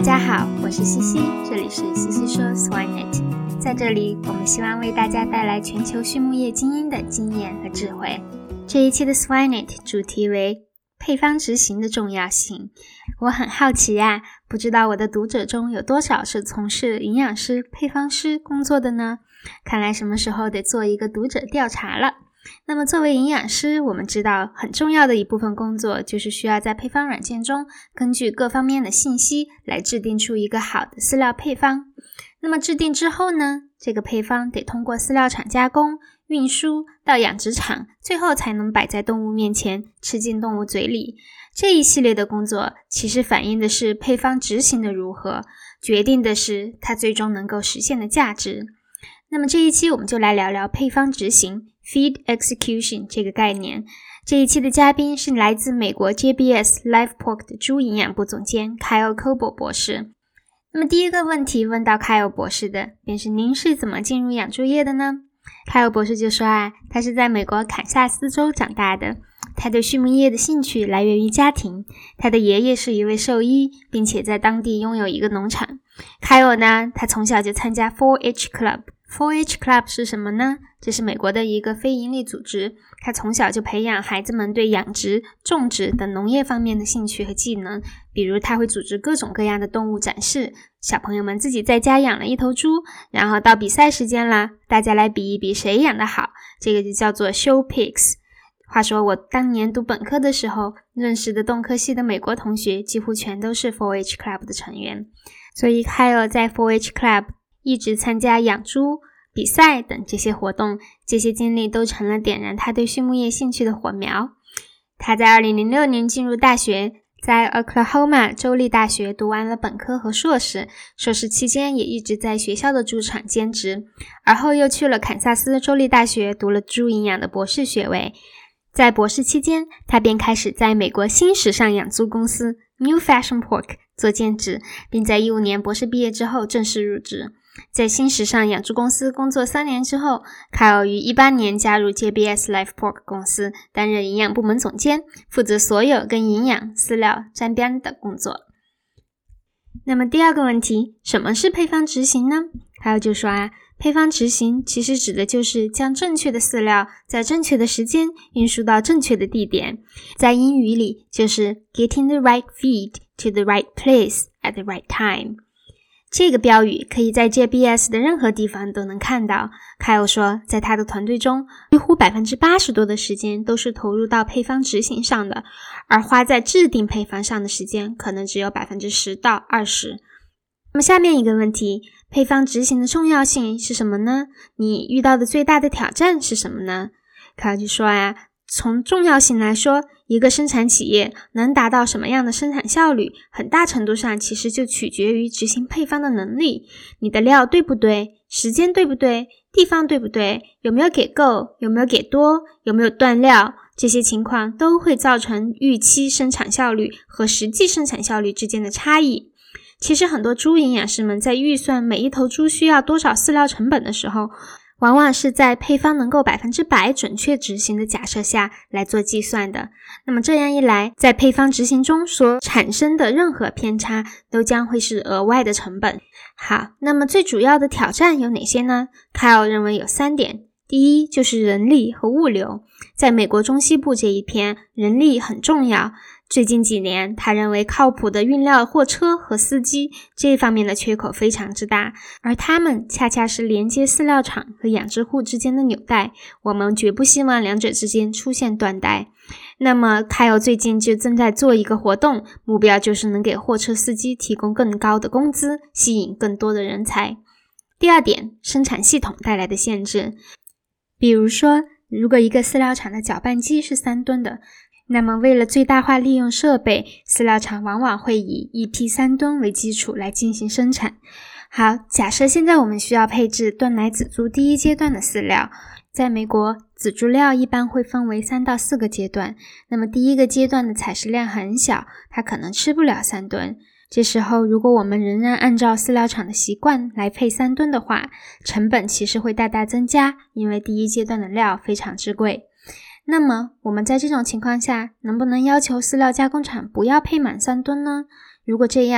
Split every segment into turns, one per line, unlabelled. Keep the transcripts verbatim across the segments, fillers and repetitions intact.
大家好，我是西西，这里是西西说 Swinenet。 在这里我们希望为大家带来全球畜牧业精英的经验和智慧。这一期的 Swinenet 主题为配方执行的重要性。我很好奇啊，不知道我的读者中有多少是从事营养师、配方师工作的呢？看来什么时候得做一个读者调查了。那么作为营养师，我们知道很重要的一部分工作就是需要在配方软件中根据各方面的信息来制定出一个好的饲料配方。那么制定之后呢，这个配方得通过饲料厂加工、运输到养殖场，最后才能摆在动物面前，吃进动物嘴里。这一系列的工作其实反映的是配方执行的如何，决定的是它最终能够实现的价值。那么这一期我们就来聊聊配方执行 Feed Execution 这个概念。这一期的嘉宾是来自美国 J B S Live Pork 的猪营养部总监 Kyle Coble 博士。那么第一个问题问到 Kyle 博士的便是，您是怎么进入养猪业的呢？ Kyle 博士就说啊，他是在美国堪萨斯州长大的，他对畜牧业的兴趣来源于家庭，他的爷爷是一位兽医，并且在当地拥有一个农场。Kyle 呢，他从小就参加 four H Club。 four H Club 是什么呢？这是美国的一个非营利组织，他从小就培养孩子们对养殖、种植等农业方面的兴趣和技能。比如他会组织各种各样的动物展示，小朋友们自己在家养了一头猪，然后到比赛时间啦，大家来比一比谁养得好，这个就叫做 Show Pigs。话说我当年读本科的时候，认识的动科系的美国同学几乎全都是 four H Club 的成员，所以 Kyle 在 four H Club 一直参加养猪、比赛等这些活动，这些经历都成了点燃他对畜牧业兴趣的火苗。他在二零零六年进入大学，在 Oklahoma 州立大学读完了本科和硕士，硕士期间也一直在学校的猪场兼职，而后又去了堪萨斯州立大学读了猪营养的博士学位。在博士期间，他便开始在美国新时尚养猪公司 New Fashion Pork 做兼职，并在一五年博士毕业之后正式入职。在新时尚养猪公司工作三年之后，凯尔于一八年加入 J B S Live Pork 公司，担任营养部门总监，负责所有跟营养、饲料沾边的工作。那么第二个问题，什么是配方执行呢？凯尔就说啊，配方执行其实指的就是将正确的饲料在正确的时间运输到正确的地点，在英语里就是 getting the right feed to the right place at the right time。这个标语可以在 J B S 的任何地方都能看到。凯尔说，在他的团队中，几乎 百分之八十 多的时间都是投入到配方执行上的，而花在制定配方上的时间可能只有 百分之十到二十。那么下面一个问题，配方执行的重要性是什么呢？你遇到的最大的挑战是什么呢？凯尔就说啊，从重要性来说，一个生产企业能达到什么样的生产效率，很大程度上其实就取决于执行配方的能力。你的料对不对？时间对不对？地方对不对？有没有给够？有没有给多？有没有断料？这些情况都会造成预期生产效率和实际生产效率之间的差异。其实很多猪营养师们在预算每一头猪需要多少饲料成本的时候，往往是在配方能够百分之百准确执行的假设下来做计算的。那么这样一来，在配方执行中所产生的任何偏差都将会是额外的成本。好，那么最主要的挑战有哪些呢？ Kyle 认为有三点。第一，就是人力和物流。在美国中西部这一片，人力很重要。最近几年，他认为靠谱的运料货车和司机这方面的缺口非常之大，而他们恰恰是连接饲料厂和养殖户之间的纽带，我们绝不希望两者之间出现断代。那么凯尔最近就正在做一个活动，目标就是能给货车司机提供更高的工资，吸引更多的人才。第二点，生产系统带来的限制。比如说，如果一个饲料厂的搅拌机是三吨的，那么为了最大化利用设备，饲料厂往往会以一批三吨为基础来进行生产。好，假设现在我们需要配置炖奶仔猪第一阶段的饲料，在美国，仔猪料一般会分为三到四个阶段，那么第一个阶段的采食量很小，它可能吃不了三吨。这时候如果我们仍然按照饲料厂的习惯来配三吨的话，成本其实会大大增加，因为第一阶段的料非常之贵。那么我们在这种情况下，能不能要求饲料加工厂不要配满三吨呢？如果这样，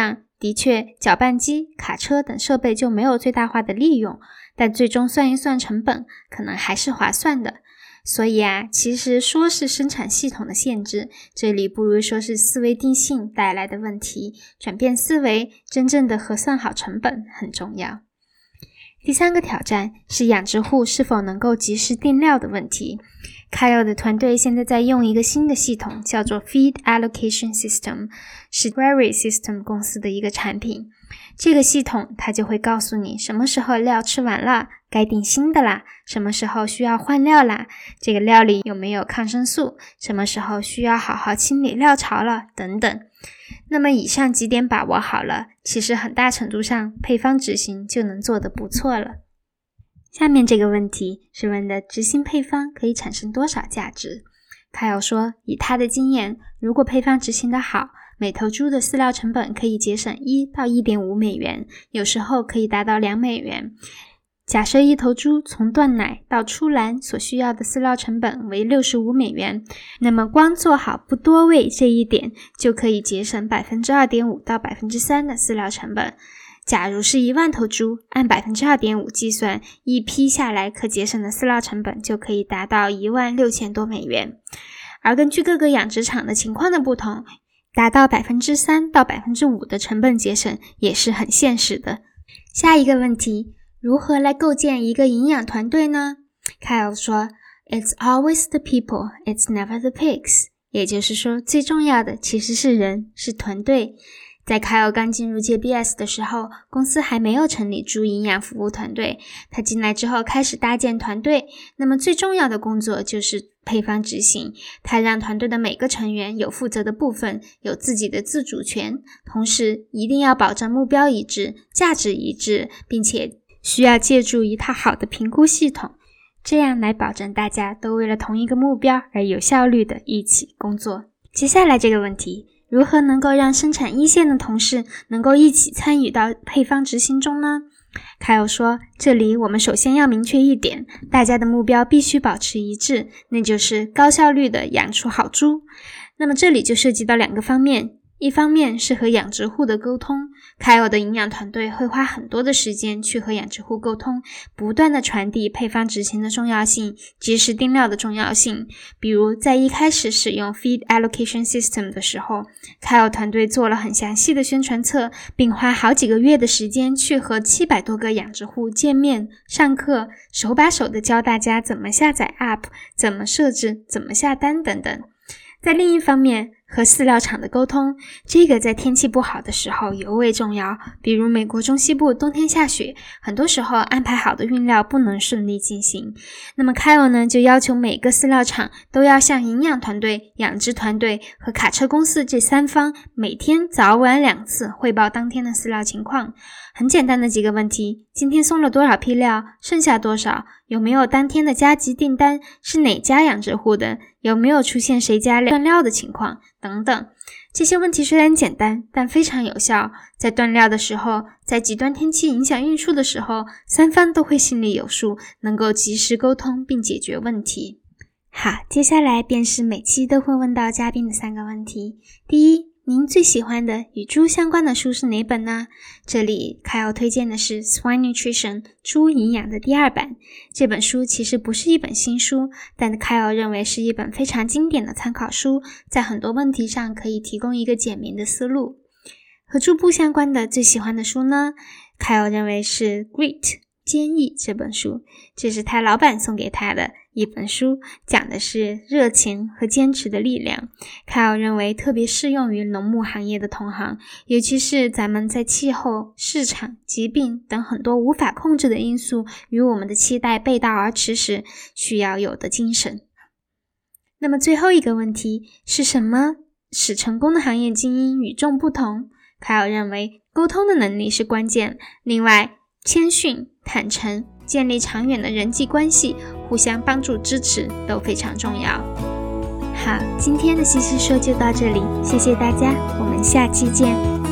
的确，搅拌机、卡车等设备就没有最大化的利用，但最终算一算成本，可能还是划算的。所以啊，其实说是生产系统的限制，这里不如说是思维定性带来的问题。转变思维，真正的核算好成本很重要。第三个挑战是养殖户是否能够及时定料的问题。Kyle 的团队现在在用一个新的系统，叫做 Feed Allocation System， 是 Prairie System 公司的一个产品。这个系统它就会告诉你什么时候料吃完了，该订新的啦，什么时候需要换料啦，这个料里有没有抗生素，什么时候需要好好清理料槽了等等。那么以上几点把握好了，其实很大程度上配方执行就能做得不错了。下面这个问题是问的执行配方可以产生多少价值。Kyle说，以他的经验，如果配方执行得好，每头猪的饲料成本可以节省一到一点五美元，有时候可以达到两美元。假设一头猪从断奶到出栏所需要的饲料成本为六十五美元，那么光做好不多喂这一点就可以节省 百分之二点五 到 百分之三 的饲料成本。假如是一万头猪，按 百分之二点五 计算，一批下来可节省的饲料成本就可以达到一万六千多美元。而根据各个养殖场的情况的不同，达到 百分之三 到 百分之五 的成本节省也是很现实的。下一个问题，如何来构建一个营养团队呢？ Kyle 说 It's always the people, it's never the pigs。 也就是说，最重要的其实是人，是团队。在 Kyle 刚进入 J B S 的时候，公司还没有成立猪营养服务团队。他进来之后开始搭建团队，那么最重要的工作就是配方执行。他让团队的每个成员有负责的部分，有自己的自主权，同时一定要保证目标一致、价值一致，并且需要借助一套好的评估系统，这样来保证大家都为了同一个目标而有效率的一起工作。接下来这个问题，如何能够让生产一线的同事能够一起参与到配方执行中呢？ Kyle 说，这里我们首先要明确一点，大家的目标必须保持一致，那就是高效率的养出好猪。那么这里就涉及到两个方面，一方面是和养殖户的沟通。 Kyle 的营养团队会花很多的时间去和养殖户沟通，不断的传递配方执行的重要性，及时定料的重要性。比如在一开始使用 Feed Allocation System 的时候， Kyle 团队做了很详细的宣传册，并花好几个月的时间去和七百多个养殖户见面、上课，手把手的教大家怎么下载 App， 怎么设置，怎么下单等等。在另一方面，和饲料厂的沟通，这个在天气不好的时候尤为重要。比如美国中西部冬天下雪，很多时候安排好的运料不能顺利进行。那么 Kyle 呢，就要求每个饲料厂都要向营养团队、养殖团队和卡车公司这三方每天早晚两次汇报当天的饲料情况。很简单的几个问题，今天送了多少批料，剩下多少，有没有当天的加急订单，是哪家养殖户的，有没有出现谁家断料的情况等等。这些问题虽然简单，但非常有效。在断料的时候，在极端天气影响运输的时候，三方都会心里有数，能够及时沟通并解决问题。好，接下来便是每期都会问到嘉宾的三个问题。第一，您最喜欢的与猪相关的书是哪本呢？这里 Kyle 推荐的是 Swine Nutrition 猪营养的第二版。这本书其实不是一本新书，但 Kyle 认为是一本非常经典的参考书，在很多问题上可以提供一个简明的思路。和猪不相关的最喜欢的书呢， Kyle 认为是 Grit 坚毅这本书，这是他老板送给他的一本书，讲的是热情和坚持的力量。Kyle 认为特别适用于农牧行业的同行，尤其是咱们在气候、市场、疾病等很多无法控制的因素与我们的期待背道而驰时需要有的精神。那么最后一个问题是什么使成功的行业精英与众不同？ Kyle 认为沟通的能力是关键，另外谦逊、坦诚、建立长远的人际关系，互相帮助支持都非常重要。好，今天的西西说就到这里，谢谢大家，我们下期见。